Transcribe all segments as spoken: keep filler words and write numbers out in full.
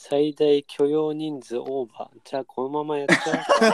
最大許容人数オーバー。じゃあこのままやっちゃ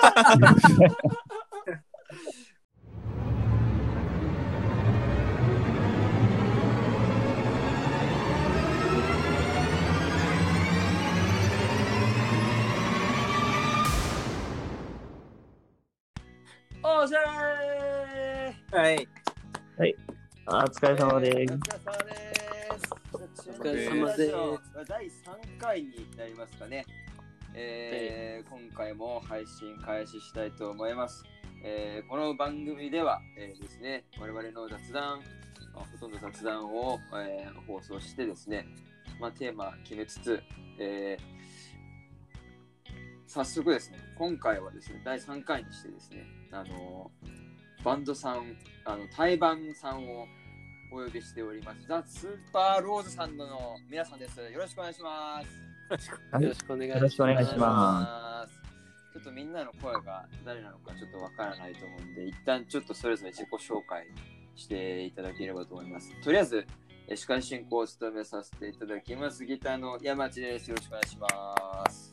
おう。おしゃーはいはい。あ、お疲れ様です。 お疲れ様です。お疲れ様です。だいさんかいになりますかね。えーはい、今回も配信開始したいと思います。えー、この番組では、えー、ですね、我々の雑談、ほとんど雑談を、えー、放送してですね、まあ、テーマ決めつつ、えー、早速ですね、今回はですね、だいさんかいにしてですね、あのー、バンドさん、あの対バンさんをお呼びしております。ザ・スーパーローズさんの皆さんです。よろしくお願いします。 よろしくお願いします。 よろしくお願いします。 ちょっとみんなの声が誰なのかちょっとわからないと思うんで、一旦ちょっとそれぞれ自己紹介していただければと思います。とりあえず、司会進行を務めさせていただきます。ギターの山地です。よろしくお願いします。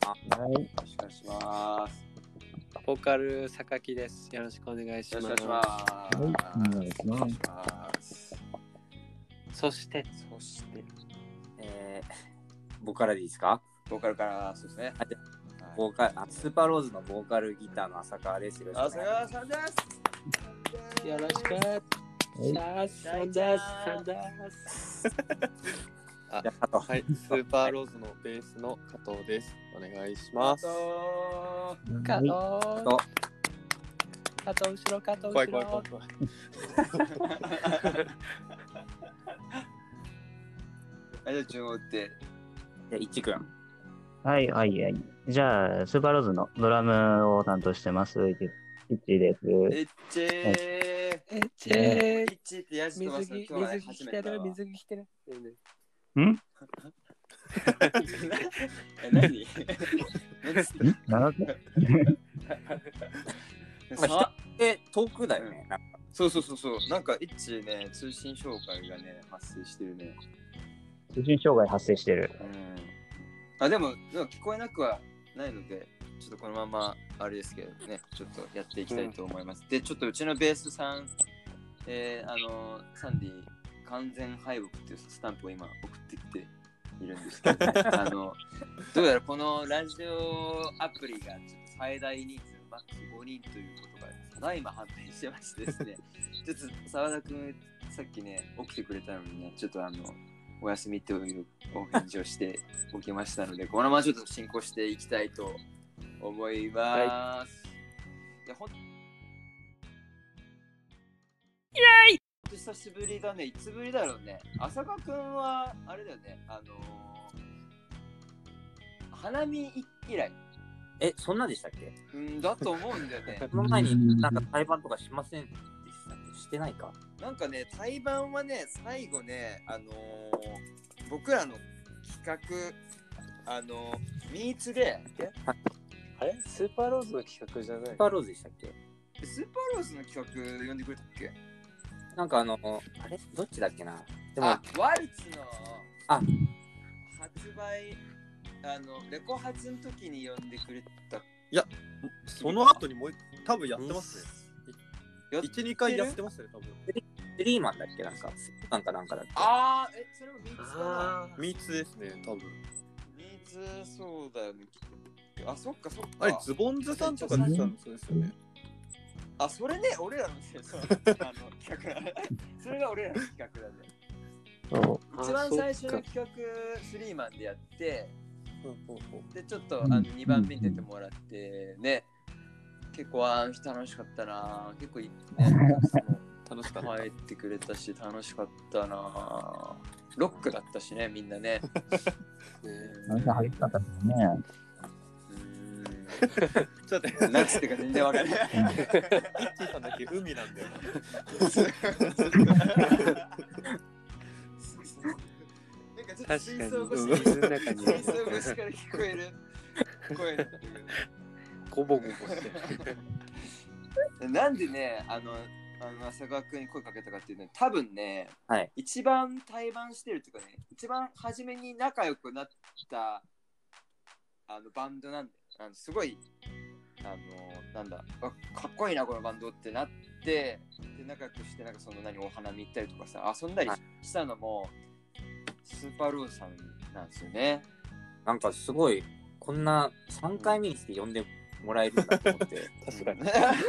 はい。よろしくお願いします。 ボーカル榊です。よろしくお願いします。 よろしくお願いします。 はい、お願いします。 そして、 そして、 えー、ボーカルでいいですか？ ボーカルからそうですね。 はい、ボーカル、スーパーローズのボーカルギターの浅川です。よろしくお願いします。 浅川さんです。 よろしく。さあ、さんです。さんです。 あ、はい、スーパーローズのベースの加藤です。お願いします。 加藤。 加藤。 加藤後ろ、加藤後ろ。 怖い怖い怖い怖い。 あれ中央って。 じゃあ、いちくん。 はいはいはい。じゃあ、スーパーローズのドラムを担当してます。いちです。 えっちー。 えっちー。 えっちーってやじ飛ばすの水着、 今日は水着着てる、 初めてだわ。 水着着てる。 んえ、何なんでさえ、遠くだよね。なんかそうそうそうそう。なんかいちね、通信障害がね、発生してるね。 通信障害発生してる。 うん。あ、でも、でも聞こえなくはないので、ちょっとこのままあれですけどね、ちょっとやっていきたいと思います。うん、で、ちょっとうちのベースさん、えー、あの、サンディ完全敗北っていうスタンプを今送ってきているんですけど、ね、あの、どうやらこのラジオアプリがちょっと最大人数マックスごにんということがただいま判明してましてですね、ちょっと澤田くんさっきね、起きてくれたのにね、ちょっとあの、お休みというお返事をしておきましたので、このままちょっと進行していきたいと思います。はい、いやほんイエーイ久しぶりだね。いつぶりだろうね。浅川くんはあれだよね。あのー、花見以来。 え、そんなでしたっけ？ うんだと思うんだよね。 その前になんか対バンとかしませんでしたっけ？してないか？ なんかね、対バンはね、最後ね、あのー、僕らの企画、あのー、ミーツで、 あれスーパーローズの企画じゃない？ スーパーローズでしたっけ？ スーパーローズの企画呼んでくれたっけ？ なんかあの、あれどっちだっけな？でもあ、ワルツのあ発売、あの、レコ発の時に呼んでくれた。 いや、その後にもう多分やってますね。いち、にかいやってますね、多分。 スリーマンだっけ？なんか、スリーマンかなんかだっけ？ あー、え、それもミーツかな？ ミーツですね、多分。 ミーツ、そうだよね。あ、そっかそっか。 あれ、ズボンズさんとか出てたんですよね。 あ、それね、俺らのそうあの企画それが俺らの企画だね。一番最初の企画スリーマンでやって、でちょっとあのにばんめに出てもらってね、結構あの日楽しかったな。結構ね、 楽しかった。 入ってくれたし楽しかったな。ロックだったしね、みんなね。 なんか激しかったですね。 ちょっと待って、 何つってか全然わかんない。 イッチーさんだけ海なんだよ。 なんかちょっと水槽越しに、 水の中に水槽越しから聞こえる声だったけど、 ゴボゴボして。 なんでね、あの、あの浅川君に声かけたかっていうのは、多分ね、 はい、 一番対バンしてるっていうかね、一番初めに仲良くなったあのバンドなんで、あのすごいあのなんだあかっこいいなこのバンドってなって、で仲良くしてなんかその何お花見行ったりとかさ遊んだりしたのもスーパーローズさんなんですよね。 なんかすごいこんなさんかいめにして呼んでもらえるんだと思って確かに。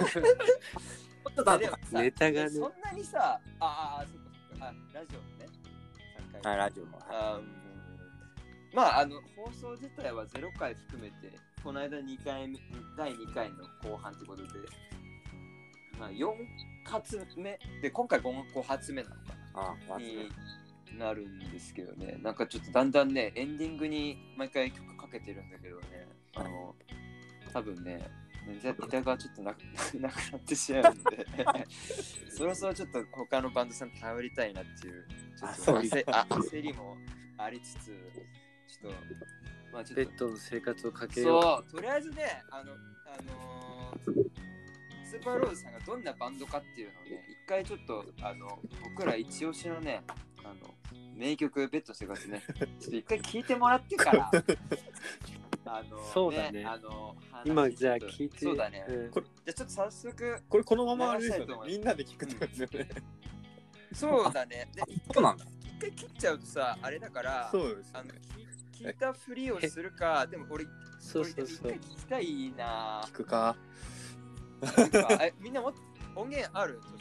ネタがね。 そんなにさ、ああ、そっかそっか、あ、ラジオのね、さんかいめ。 はい、ラジオも。 あうんまあ、あの、放送自体はゼロかい含めて、この間にかいめ、だいにかいの後半ってことで、まあ、よん発目で、今回ご発目なのかああ、 なになるんですけどね、なんかちょっとだんだんね、エンディングに毎回曲かけてるんだけどね、あの、多分ね、ネタがちょっとなくなくなってしまうのでそろそろちょっと他のバンドさん頼りたいなっていうちょっと焦あ焦りもありつつちょっとまあちょっとペットの生活をかけよう。 そうとりあえずねあのあのー、スーパーローズさんがどんなバンドかっていうのをね一回ちょっとあの僕ら一押しのねあの名曲ペットの生活ねちょっと一回聞いてもらってからあのそうだね。 あの今じゃあ聞いて。 そうだね。 うん、 これじゃあちょっと早速。 これこのままあれですよね。みんなで聞くってことですよね。 そうだね。で、 そうなんだ。 一回切っちゃうとさ、あれだから、 そうです、ね。 あの聞いたふりをするか、でも俺、 そうそうそう。 一回聞きたいな。 聞くか。 え、みんなも音源ある？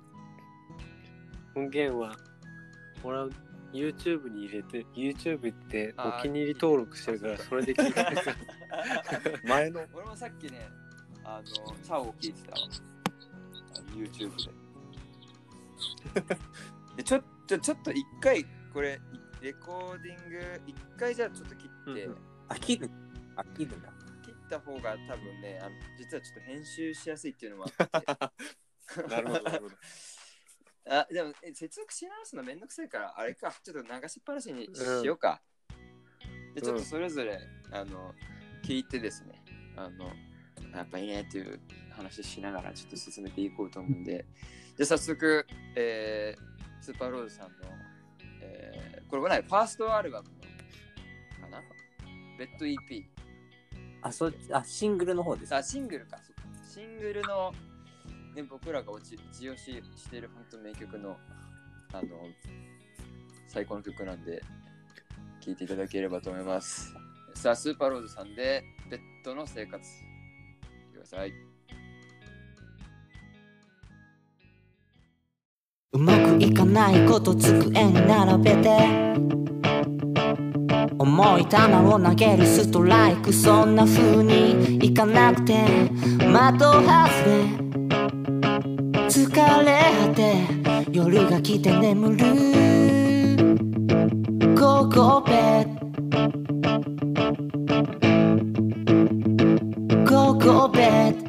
音源は、もらう。YouTube に入れて YouTube ってお気に入り登録してるからそれで聞いてる前の俺もさっきねあのチャオを聞いてたわあの YouTube ででちょっとちょっと一回これレコーディング一回じゃあちょっと切って、 うんうん、 あ切るあ切るんだ切った方が多分ねあの実はちょっと編集しやすいっていうのもあってなるほどなるほどあでも接続し直すのめんどくさいからあれかちょっと流しっぱなしにしようか、うん、でちょっとそれぞれ、うん、あの聞いてですねあのやっぱいいねっていう話しながらちょっと進めていこうと思うんでじゃあ早速、えー、スーパーローズさんの、えー、これはないファーストアルバムのかなベッド イーピーあそあシングルの方ですあシングルかシングルのね、僕らが一押ししている本当名曲のあの最高の曲なんで聴いていただければと思います。さあスーパーローズさんでペットの生活ください。 うまくいかないこと机に並べて重い球を投げるストライクそんな風にいかなくて的外れ疲れ果て夜が来て眠るゴーゴーベッゴーゴーベッ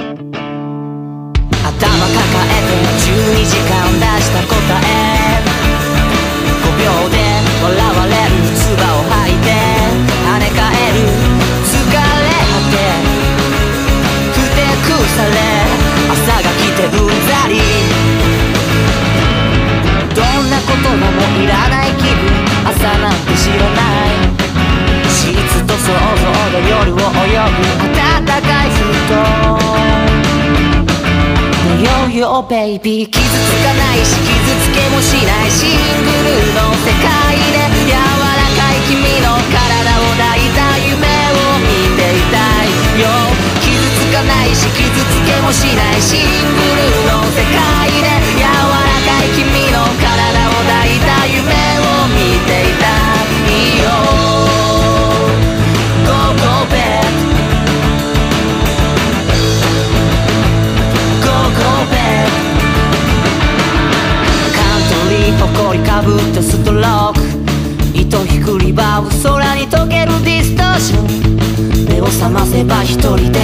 頭抱えてじゅうにじかん出した答えごびょうで笑われる唾を吐いて跳ね返る疲れ果てふてくされ朝が来てうんざりどんな言葉もいらない気分朝なんて知らないシーツと想像で夜を泳ぐ暖かい布団よよベイビー傷つかないし傷つけもしないシングルの世界で柔らかい君の体を抱いた夢を見ていたいよ傷つかないし傷つけもしないシングルの世界で柔らかい君の体を抱いた夢を見ていたいよ Go go back誇りかぶったストローク糸引くリバーブ空に溶けるディストーション目を覚ませば一人でうなされて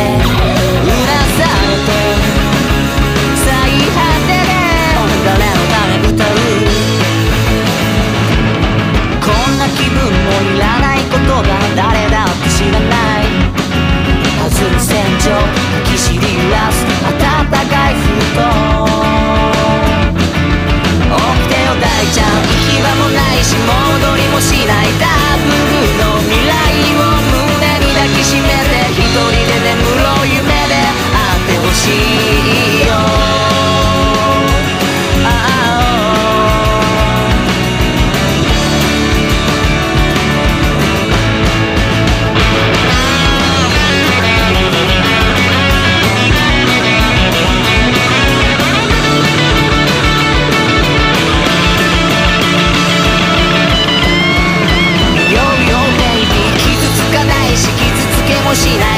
最果てで誰のため歌うこんな気分もいらないことが誰だって知らない弾む戦場抱きしり揺らす暖かい布団起きてよ大ちゃん行き場もないし戻りもしないダブルの未来を胸に抱きし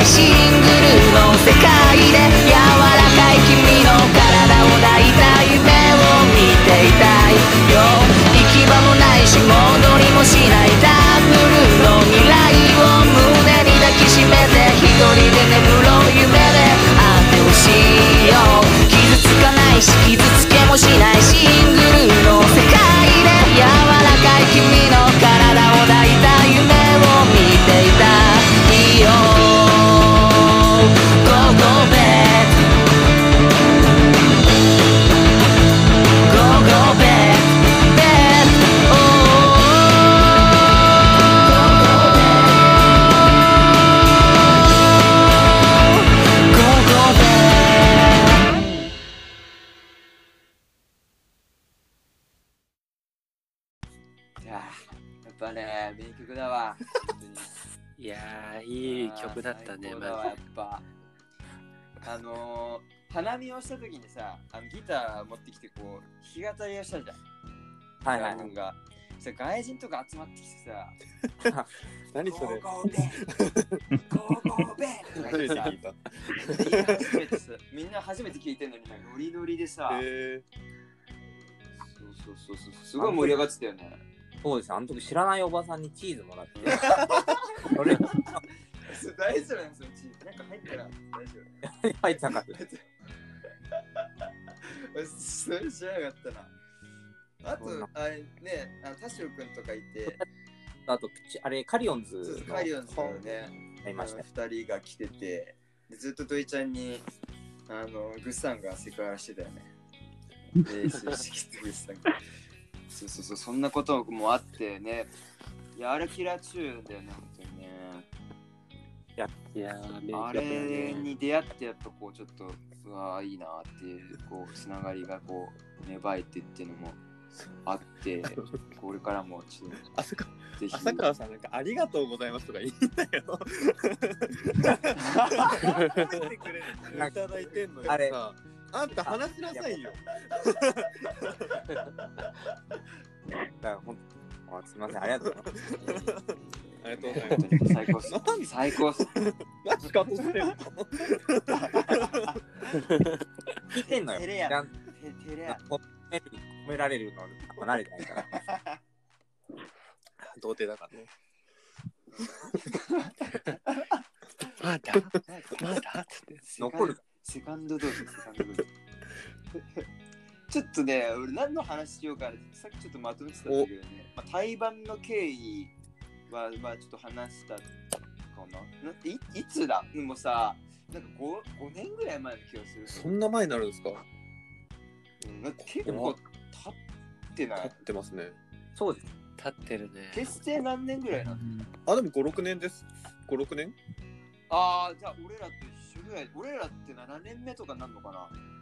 ないシングルの世界で柔らかい君の体を抱いた夢を見ていたいよ。行き場もないし戻りもしないダブルの未来を胸に抱きしめて一人で眠ろう夢であってほしいよ。傷つかないし傷つけもしないシングルの世界で柔らかい君の体を抱いた夢を見ていたいよ。 Go go back Go go back back oh Go go back いやーやっぱね名曲だわ本当に。 いやーいい曲だったねあー最高だわマやっぱあのー、花見をした時にさあのギター持ってきてこう弾き語りをしたじゃん。 はいはい君がさ外人とか集まってきてさ何それゴーゴーベンゴーゴーベン初めて聞いた。 初めてさみんな初めて聞いてんのにノリノリでさ、 えそうそうそうそうすごい盛り上がってたよね。 そうですね、あの時知らないおばさんにチーズもらって。それ大丈夫なんですよチーズなんか入ったら大丈夫入ってなかった。 それ知らなかったな。あと、あれね、あの田代くんとかいて、 あと、あれ、カリオンそうそうズのカリオンズのね、 ありましたね。 あの二人が来てて、でずっとドイちゃんに、あの、グッサンがセクハラしてたよね。ベースしてきてグッサンが。そうそうそう、そんなこともあってね、いや、あれキラーチューンだよね、本当にね。 いやー名あ曲だねれに出会ってやっぱこうちょっとうわーいいなっていうこうつながりがこう芽生えてっていうのもあってこれからもちょっと浅川ぜひ浅川さんなんかありがとうございますとか言うんだよ。褒めてくれいただいてんのよあれさ。あんた話しなさいよ。 だからほんあすみません、ありがとうございます。 ありがとうございます。 最高っす最高っす何仕方してんの聞いてんのよ。 照れやちゃんとててれや褒める褒められるの離れてないから。 童貞だからね。 まだまだって残る。 セカンドドーズセカンドドーズちょっとね俺何の話しようかさっきちょっとまとめてたんだけどね、まあ、対バンの経緯はまあちょっと話したかな。ないいつだでもさなんか 5, ごねんぐらい前の気がする。 そんな前になるんですか？ うん、なんか結構経ってない。 経ってますね。 そうです。 立ってるね結成何年ぐらいなの？ あ、でもご、ろくねんです。ご、ろくねんああ、じゃあ俺らと一緒ぐらい。俺らってななねんめとかなんのかな？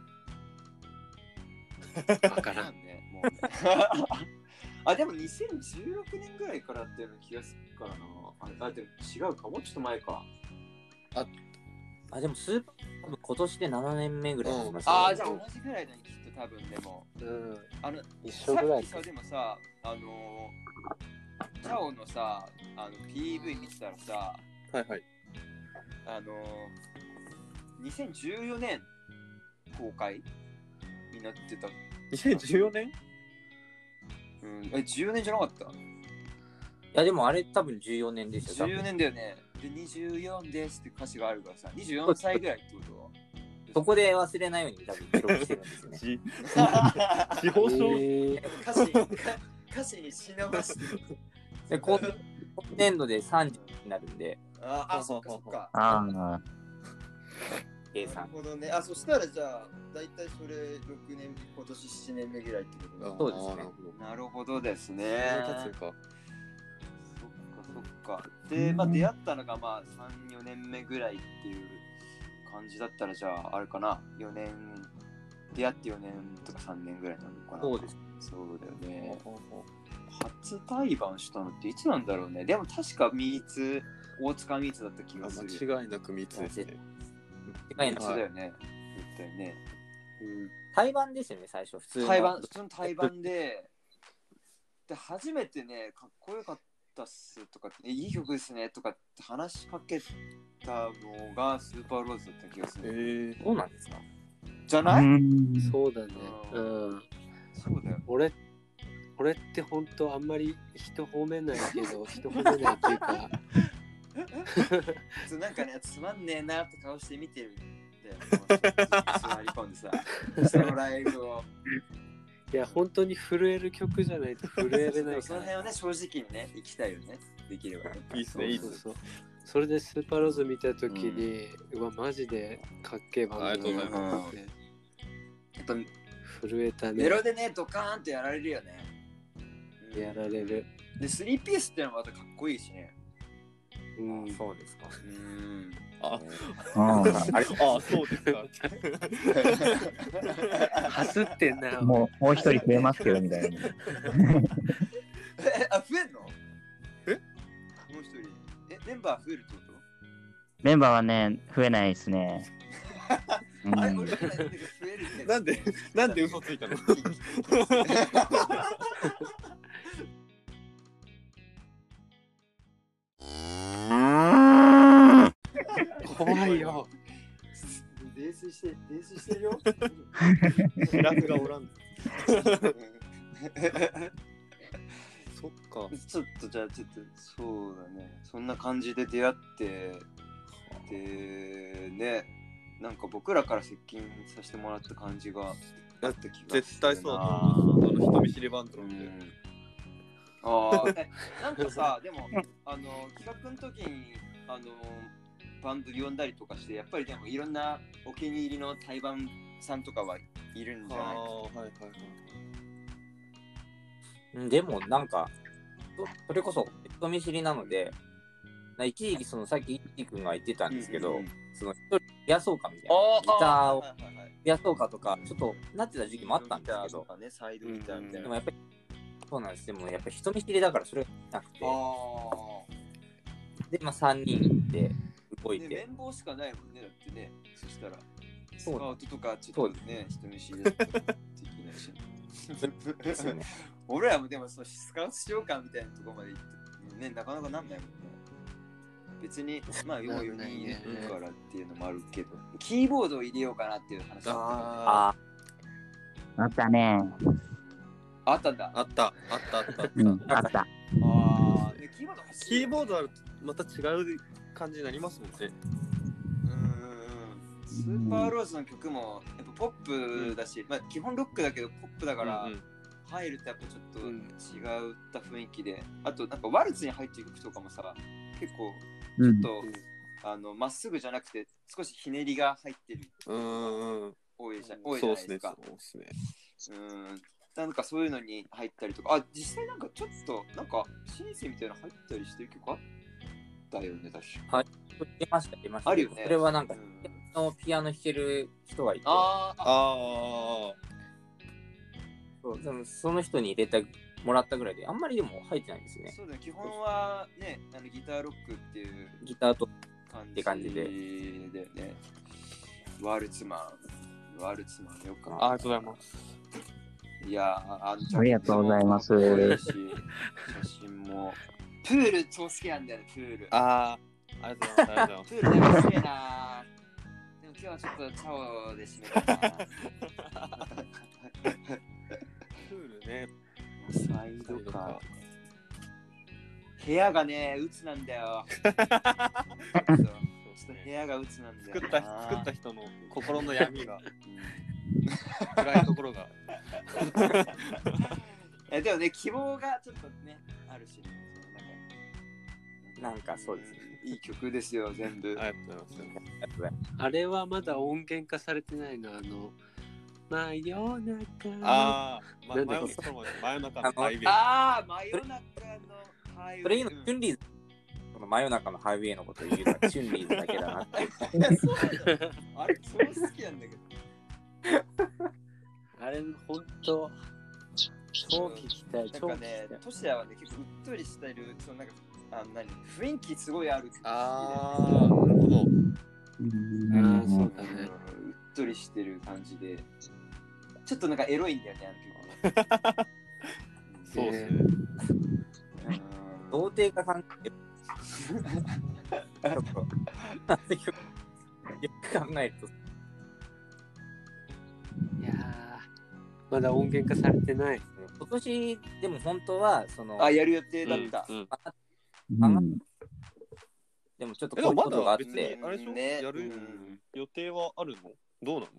わからんね。もうねあ、でもにせんじゅうろくねんぐらいからっていうの気がするからな。あ、でも違うか。もうちょっと前か。 あ、でもスーパー多分今年でななねんめぐらいになりますよ。 ああ、じゃあ同じぐらいだね、きっと多分でも。 うんあの、 一さ緒ぐらいっきさ、でもさ、あのー、チャオのさ、あの ピーブイ 見てたらさ、 はいはい。 あのー、にせんじゅうよねん公開になってた。 にせんじゅうよねんうん、え、じゅうよねんじゃなかった？ いやでもあれ多分じゅうよねんですよ。 じゅうよねんだよね。で、にじゅうよんですって歌詞があるからさ、にじゅうよんさいぐらいってことそこで忘れないように多分記録してるんですよね。 し司法書、 えー歌詞か歌詞に忍ばしてる。 で今年度でさんじになるんで、 ああ、そっかそっか。 ああ、 計算。 なるほどね。あ、そしたらじゃあ、だいたいそれろくねん、今年しちねんめぐらいってことだ。 そうですねあーなるほど。 なるほどですね。 そんな経つか。 そっかそっか。で、まあ出会ったのがまあさん、よねんめぐらいっていう感じだったら、じゃああれかな、よねん、出会ってよねんとかさんねんぐらいなのかな。 そうです。 そうだよね。初対バンしたのっていつなんだろうね。でも確かミーツ、大塚ミーツだった気がする。 間違いなくみっつですね。 間違いなくそうだよね。言ったよね。 対バンですよね、最初。普通の。 対バン、普通の対バンで、で、初めてね、かっこよかったっすとかって、いい曲ですねとかって話しかけたのがスーパーローズだった気がすえる。 ー、 そうなんですか？ じゃない？ うんそうだね。 ううん。 そうだよ。 俺、俺って本当あんまり人褒めないけど、人褒めないっていうか、 そうなんかね、つまんねえなって顔して見てるんだよ。座り込んでさ、そのライブを。 いや、本当に震える曲じゃないと震えれないから。 その辺をね、正直にね、行きたいよね。できればね。 いいっすね、いいっすね。 そうそうそう。それでスーパーローズ見たときに、うわ、マジでかっけえバンドだなと思って、 やっぱ震えたね。 メロでね、ドカーンってやられるよね。うんやられる。 で、スリーピースってのもまたかっこいいしね。 うん。 そうですか。 うん。 あ、 ああれあ、そうですか。 はすってんな。 あもう、もう一人増えますけど、みたいな。 え、あ、増えんの？ え？ もう一人。え、メンバー増えるってこメンバーはね、増えないですね。うと？あれ、 ん俺らだけ増えるって。 なんで、なんで嘘ついたの？ 怖いよ。 泥酔して、泥酔してるよ。 シラフがおらん。そっか。 ちょっとじゃあちょっとそうだね、そんな感じで出会ってでね、なんか僕らから接近させてもらった感じがあった気がするな。 絶対そうだと思う。あの人見知りバンドうなんで。 んああ、えなんかさ、でもあの企画の時にあのバンド呼んだりとかして、やっぱりでもいろんなお気に入りの対バンさんとかはいるんじゃない？ ああ、はいはいはい。 うんでもなんか、そそれこそ人見知りなので、な一時期そのさっきイッチ君が言ってたんですけど、 うんうんうんその一人増やそうかみたいな、 あギターを増はいはいはいやそうかとか、ちょっとなってた時期もあったんですけど、 ね、サイドギターみたいな。 でもやっぱり、そうなんです。でもやっぱり人見知りだからそれがなくて、 あで、まあさんにんで動あ、ね、 いて、 綿棒しかないもんね、だってね、そしたら。スそうカウトとかちょっとね、人見知りだとできないし。 ですよね。 俺らもでもそうスカウトしようかみたいなところまで行って、ね、なかなかなんないもんね。別に、まあ、よんにんいるからっていうのもあるけど、キーボードを入れようかなっていう話だあああったね。 ああったんだ。 あ、あった、あった、あった、あった。 うん、あった。 ああ、でキーボード欲しいキーボードあるとまた違う感じになりますもんね。 うんうんうん。スーパーローズの曲もやっぱポップだし、まあ基本ロックだけどポップだから、 うんうん入るとやっぱちょっと違った雰囲気で、あとなんかワルツに入っていく曲とかもさ、結構うんちょっと、あのまっすぐじゃなくて少しひねりが入ってるうんうんうん。 多いじゃ多いじゃそうですね。 ないですか。 そうですね。 うん。なんかそういうのに入ったりとか、あ、実際なんかちょっとなんかシンセみたいなの入ったりしてる曲あったよね、確か。 はい。出ました、出ました。 あるよねそれはなんか、 うんのピアノ弾ける人がいて、 あーあ、 あそうでもその人に入れてもらったぐらいで、あんまりでも入ってないんですよね。 そうだね、基本はね、あのギターロックっていうギターと、 感じって感じでだよね。ワルツマン、ワルツマンよく。 あ、ありがとうございます。 いやー、あのありがとうございますジャケットもかっこいいし写真も。プール超好きなんだよね、プール。 ああ、ありがとうございます。ありがとうございます。 プールね、好きやな。でも今日はちょっとチャオで締めたいな。 プールね。 サイドか。部屋がね、鬱なんだよ。そうちょっと部屋が鬱なんだよな。 作った作った人の心の闇が暗いところが。 えでもね、希望がちょっとね、あるし、ね、 なんかそうですね。 いい曲ですよ、全部。 ありがとうございます。 ありがとうございます。 あれはまだ音源化されてないの、あの、真夜中。 ああ、ま、 なんだこれ真夜中の真夜中のハイウェイ。 ああ、真夜中のハイウェイ。 それ言うの、チュンリーズ、この真夜中のハイウェイのことを言うのはチュンリーズだけだなって。 いやそうなんだよあれ、超好きなんだけど。 あれ、ほんと、超聞きたい、超聞きなんかねたい。、 トシヤはね、結構うっとりしてる、そのなんか、あの何、雰囲気すごいある。 ああ、なるほど。 ああ、そうだね。 うっとりしてる感じで、ちょっとなんかエロいんだよね、あの曲ね。 そうですね。 うん童貞化さんって、 ちょっとよく考えると。 いやー、まだ音源化されてない。 今年でも本当はそのあ、やる予定だった。 うんうんうんでもちょっとえでもまこういうことがあっだ別にて、 あれでしょ、 ねやるうん予定はあるの？どうなの？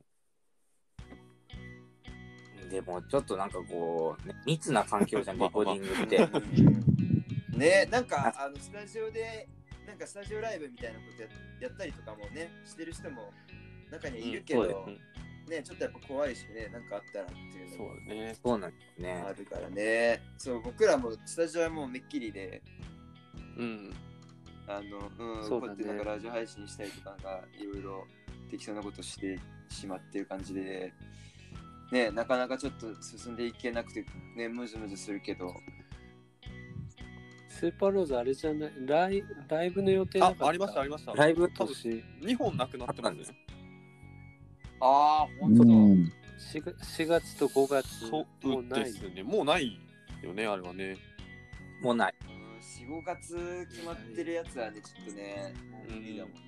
でもちょっとなんかこう、ね、密な環境じゃん、レコーディングって。 うんね、なんかあのスタジオでなんかスタジオライブみたいなことややったりとかもねしてる人も中にはいるけど、 うんそうねちょっとやっぱ怖いしね、なんかあったらっていうのそうもだね。 そうなんですねあ。るからね。そう僕らもスタジオはもうめっきりで、 うん。 あのうんそうだねこうやってなんかラジオ配信したりとかがいろいろ適当なことしてしまってる感じで。ね、なかなかちょっと進んでいけなくてね、ムズムズするけど、 スーパーローズあれじゃない、ライライブの予定なかった。 あ、ありましたありました。 ライブ多分にほんなくなってますね。 ああ、ほうんとだ。 んしがしがつとごがつそうもうない。 ですね。もうないよね、あれはね。 もうない。 うん、よん、ごがつ決まってるやつはね、ちょっとね、もう無理だもんね。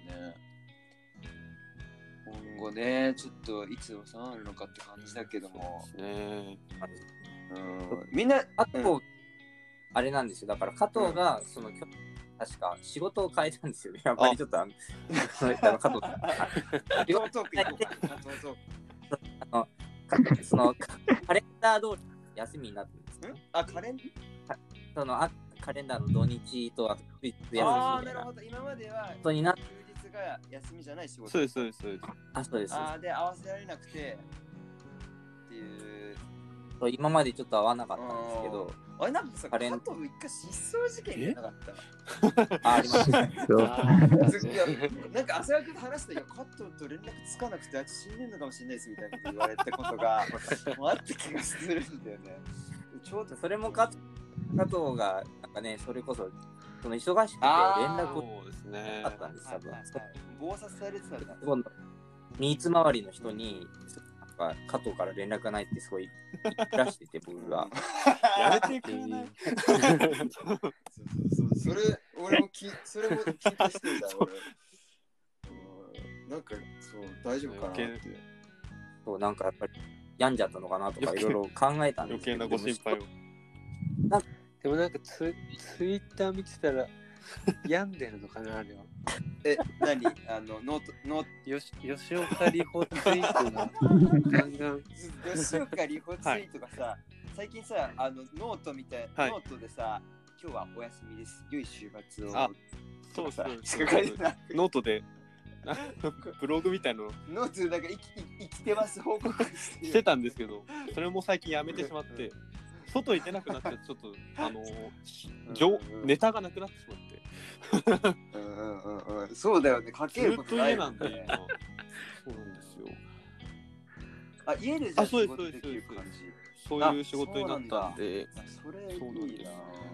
今後ね、ちょっといつ収まるのかって感じだけども、 ねうん、みんな、 あと、 うんあれなんですよ。だから加藤が、その、確か仕事を変えたんですよね。やっぱりちょっとあの、あの加藤さん。 加藤トーク行こうか。加藤トーあのかそのカカレンダー通り休みになってるんですク。 ね。 んあ、カレンそのあカレンダーの土日とあと休みみたいああ、なるなほど。今まではことになっ休日が休みじゃない仕事。 そうです、そうです、そうです。 あ、そうです。 ああ、で、合わせられなくてっていう。 そう今までちょっと合わなかったんですけど、 あれなんかさ、加カレン藤一回失踪事件じゃなかったあありました。 そうあーいやなんか浅田君と話したら、いや、加藤と連絡つかなくて、あいつ死んでんのかもしれないですみたいなこと言われたことがもうあった気がするんだよね。ちょうどそれも加加藤がなんかね、それこそその忙しくて連あー絡をそうですねあ。ったんです多分。 暴殺されてたんだ。 今度新津周りの人になんか加藤から連絡がないってすごい言い出してて僕が。 やめてくれない。 そうそうそう、それ、俺もき、それも聞いたしてた、俺。うんなんか、そう、大丈夫かなって。 余計そうなんかやっぱり病んじゃったのかなとかいろいろ考えたんですけど。 余計なご心配を。 でもなんかツツイッター見てたら病んでるのかなあれは。 え、何あの、ノート、ノーよし吉岡里帆ツイートがガンガン。 ト、吉岡里帆ツイートがさ、最近さ、あの、ノートみたい、 はいノートでさ、今日はお休みです。良い週末を。 あそうさそうしか書いてない。 ノートで、あブログみたいのノートでなんか生き生きてます報告してしてたんですけど、それも最近やめてしまって、外に出なくなっちゃって、ちょっと、あのー、情ネタがなくなってしまって、 うんうんうんうん、そうだよね。書けずっることないと家なんんもねで、今。そうなんですよ。 あ、家でじゃああそうです仕事できる感じ。 そういう仕事になったんで、 それいそうなんですいな。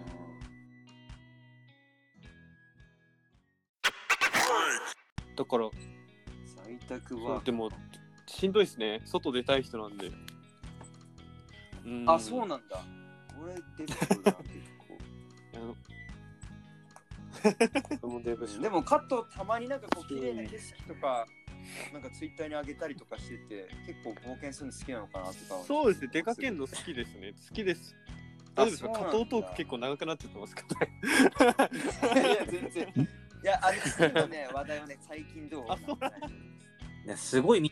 だから、 在宅は。 そうでも、しんどいですね。外出たい人なんで。うんあ、そうなんだ。俺デブそうだな、結あのそのデブ構。でも、カットたまになんかこう、綺麗な景色とか、なんかツイッターに上げたりとかしてて、結構冒険するの好きなのかなとか。 そうですね、出かけるの好きですね。好きです。大丈夫ですか？ そうなんだ加藤トーク結構長くなっちゃってますか？ いや、全然。いや、あの、次のね、話題はね、最近どうあそうなんいやすごいみ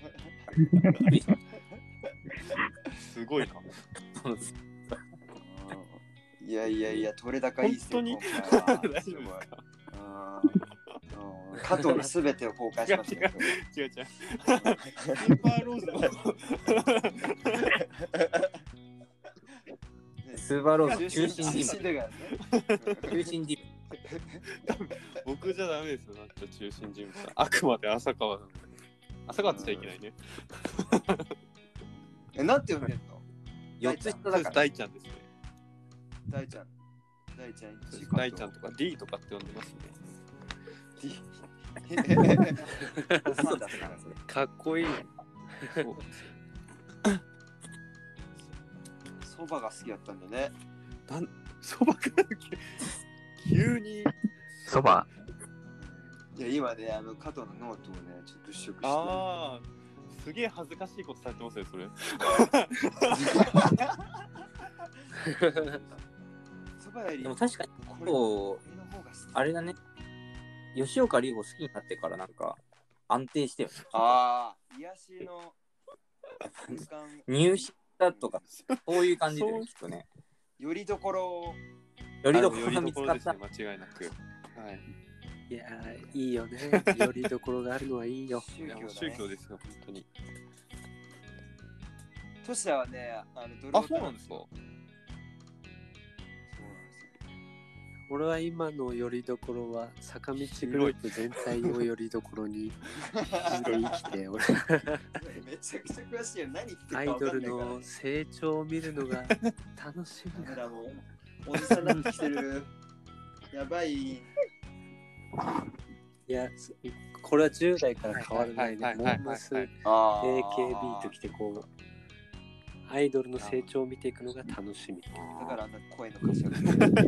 すごいな。 いやいやいや、取れ高いいっすよ、 本今回は。 大丈夫ですか？ うん加藤のすべてを公開しますね。 違う違う。スーパーローズのスーパーローズ中心人物。 中心だからね。 中心人僕じゃダメですよ、なっちゃ中心人物は。あくまで浅川なんで。浅川って言っちゃいけないね。 え、なんて呼んでんの？ 物。よっつ下そうです、 だから。 大ちゃんですね。 大ちゃん。大ちゃんそうです一大ちゃんとか D とかって呼んでますね。 なんだそれ。 かっこいい。 そうそばが好きだったんだね。 そばから急にそば、 いや今ね、あの加藤のノートをね、ちょっと物色して。 ああ、すげえ恥ずかしいことされてますよ、それ。 そばよりでも確かに、 これこう、 これの方が好きあれだね。吉岡里帆好きになってからなんか安定してよね。 ああ、癒しの空間入試だとか、そういう感じでそうきっとね。 よりどころをよりどこあのろが見つかった。 よりどころですね、間違いなく。はい。 いやー、いいよね。よりどころがあるのはいいよ。 宗教だ、 いやもうね、 宗教ですよ、本当に。 トシダはね、あのドルあ、そうなんですか。 そうなんですよ。 俺は今のよりどころは坂道グループ全体をよりどころにして生きて、俺めちゃくちゃ詳しいよ。何言ってアイるか分かドルんないから。 の成長を見るのが楽しみだ。 カメラもおじさんになってきてる。やばい。 いや、そこれはじゅう代から変わらないね。 はいはいはいはいモームス エあーケービー ときてこう、アイドルの成長を見ていくのが楽しみ。 だからあんな声の歌詞が。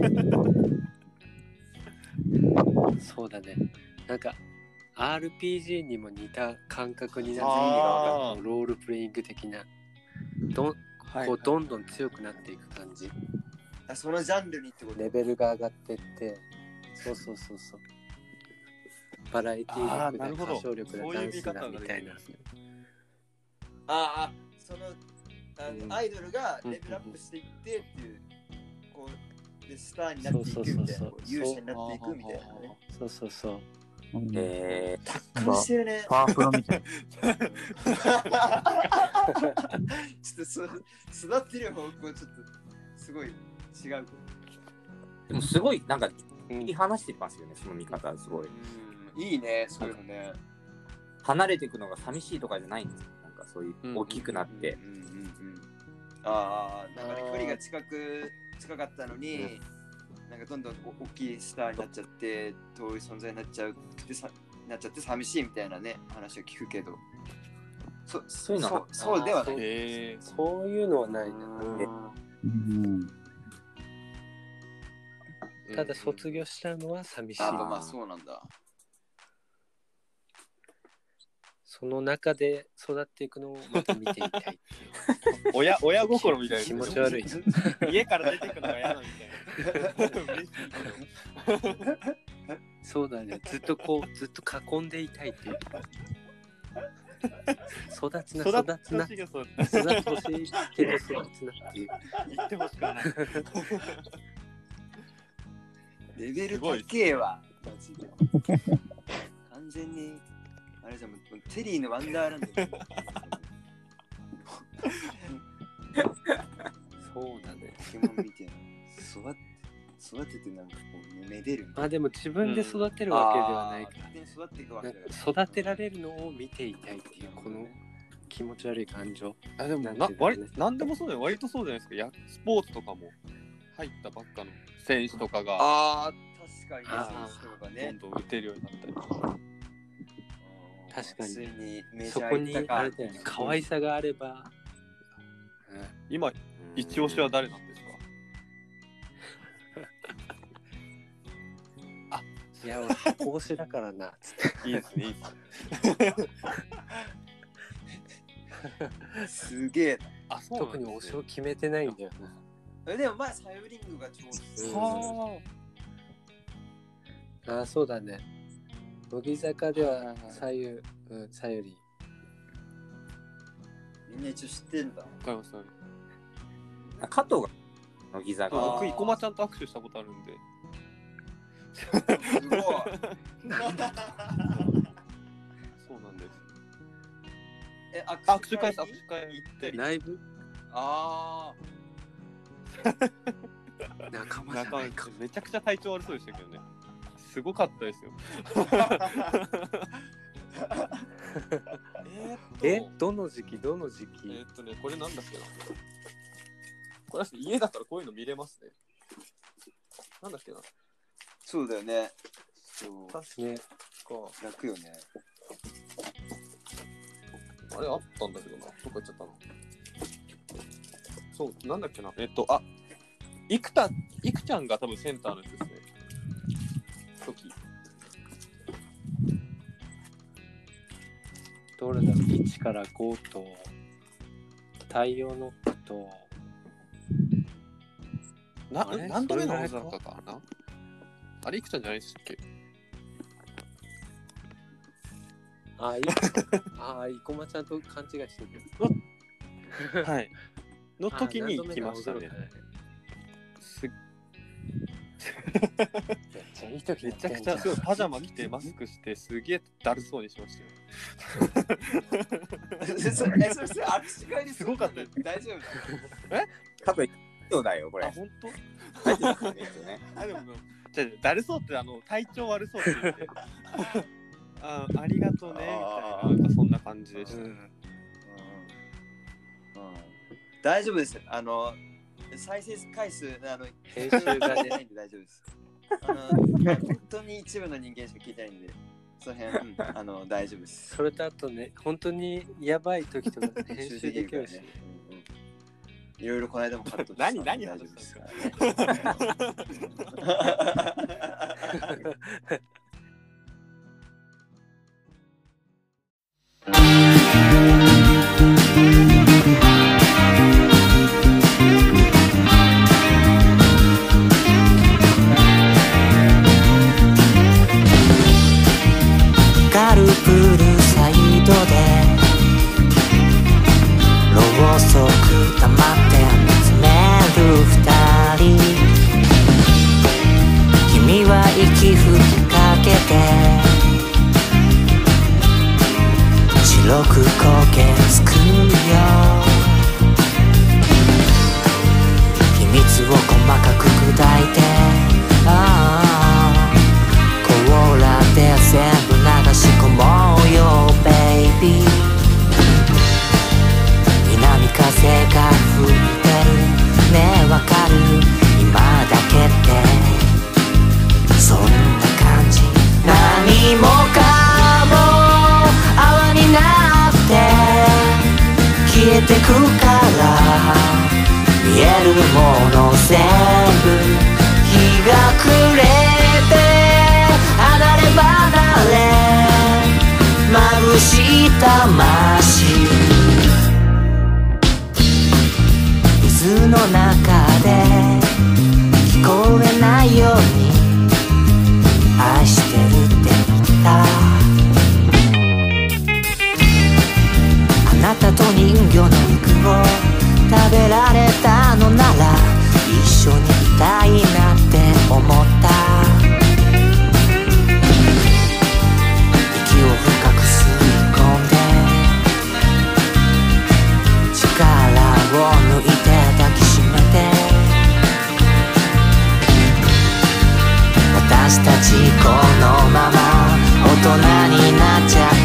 そうだね。なんか アールピージー にも似た感覚になってあーロールプレイング的などんはいこうどんどん強くなっていく感じ。 あ、そのジャンルにってこと。 レベルが上がってって、そうそうそうそう。バラエティああ、 力だ、 なるほど。 歌唱力だ、 そういう見ダンスだ方がみたいなできるん。ですね。 ああ、そのあの、 うんアイドルがレベルアップしていってっていう、こうでスターになっていくみたいな、 そうそうそうそうこう勇者になっていくみたいなね。 そうそうそう。 えー、 達観してるね。 パワープロみたいな。 ちょっとそ育ってる方向ちょっとすごい違う。 でもすごい、なんか、 うんいい話してますよね、その見方、すごい。 うん、いいね、そういうのね。 離れていくのが寂しいとかじゃないんですよ。なんかそういううん大きくなって。 うんうんうん。ああ、なんかね、距離が近く近かったのに、なんかどんどん大きいスターになっちゃって遠い存在になっちゃうってさなっちゃって寂しいみたいなね話を聞くけど、そそういうのはそうそうではない。 へえ。 そういうのはないな。 うん。 ただ卒業したのは寂しい。 あまあそうなんだ。 その中で育っていくのをまた見てみたいっていう。 親親心みたいな。 気持ち悪い。 家から出てくのが嫌だみたいな。嬉しいそうだね。ずっとこう、ずっと囲んでいたいっていう。育つな、 育育つな。 ってほしい育ってほしいけど育つなっていう。 言ってほしくない。 レベル高えわ。マジで完全にあれじゃん、もうテリーのワンダーランド。 そうだね。 ポケモン見て育って育ててなんかこう、ね、めでるみたいな。 まあでも自分で育てるわけではないから。 勝手に育っていくわけなんだかか育てられるのを見ていたいっていうこの気持ち悪い感情。 あでもなんなていうんだろうね割なんでもそうだよ。割とそうじゃないですか。やスポーツとかも入ったばっかの選手とかがああ、確かにあー選手とかどねん。どん打てるようになったり。 確かについにメジそこにャー行ったかあれだよね。可愛さがあれば。 今一押しは誰なんですか？ いや、俺箱推しだからな。つっていいですね、いいですね。 すげえあ、そうなん特に推しですねを決めてないんだよな。 な。でもまあサイブリングがちょうど。 はああ、そうだね。乃木坂でははいはいはい左右、うん、左右に。 みんな一応知ってんだ。 あ、わかりましたね。 加藤が乃木坂。 あー僕、生駒ちゃんと握手したことあるんで。 すごい。 そうなんです。 え、 握手会です、握手会に行って。 ライブあ仲間じゃ仲間ないか。 めちゃくちゃ体調悪そうでしたけどね。すごかったですよ。えーっとえ、どの時期どの時期、 えーっとね、これなんだっけな。これ家だったらこういうの見れますね。なんだっけな。 そうだよね。そう。 確ね、 か、 泣くよね。 あれあったんだけどな。どこ行っちゃったの。そう、なんだっけな。えっと、あ、いくた、いくちゃんが多分センターのやつですね。時。 どれだろう、いちからごと太陽ノックとなあれ何度目のそれ技ぐらいかだったかな。あれいくちゃんじゃないでしたっけ。 あいあいこまちゃんと勘違いしてるはい。の時に行きましたね。 めっすちゃいい時めちゃくちゃすごいパジャマ着てマスクしてすげえだるそうにしましたよ。 それえそれそれ握手会にすごかったよ大丈夫多分、そうだよ、これあ、。本当？ 大丈夫ですよね。 あ、でも、じゃあだるそうってあの体調悪そうって言って。あ、ありがとうねみたいな、なんかそんな感じでした。 うんうん大丈夫です。あの再生回数あの編集が出ねないんで大丈夫です。あの本当に一部の人間しか聞いてないんで、その辺、うんあの大丈夫です。 それとあとね、本当にやばい時とか編集できるし、 ね。うんうんいろいろこの間もカットした何何大丈夫です話からね。 光るプールサイドでろうそく溜まって見つめる二人君は息吹きかけて白く焦げつくよ秘密を細かく砕いてああコーラで全部流し込もうよベイビー南風が吹いてるねえわかる今だけってそんな感じ何もかも泡になって消えてくから見えるもの全部日が暮れて離れ離れ眩しい魂水の中で聞こえないように愛してるって言ったあなたと人魚の肉を食べられたのなら一緒にいたいなって思った息を深く吸い込んで力を抜いて抱きしめて私たちこのまま大人になっちゃ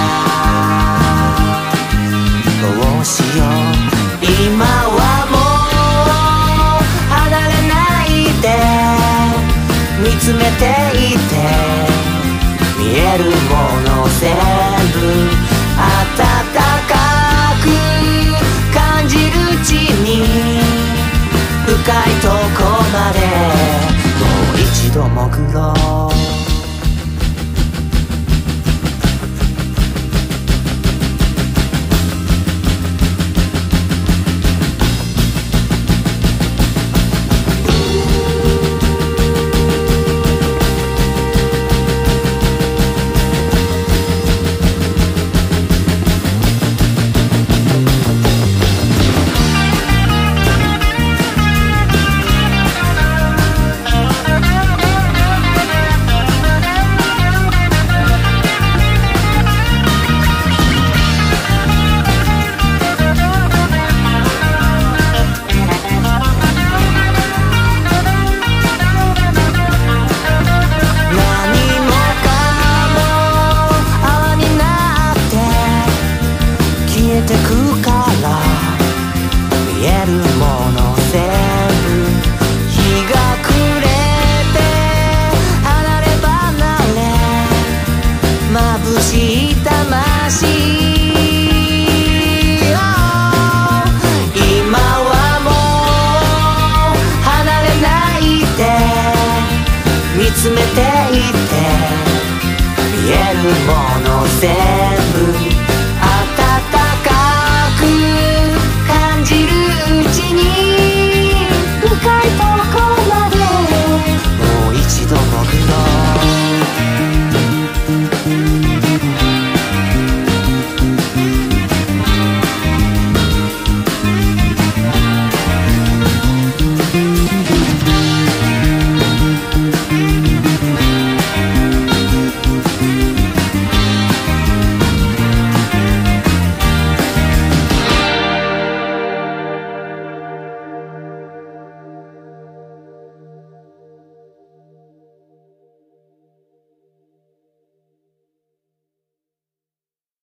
ったらどうしよう今はもう離れないで見つめていて見えるもの全部暖かく感じるうちに深いとこまでもう一度潜ろう見つめていて見えるもの全部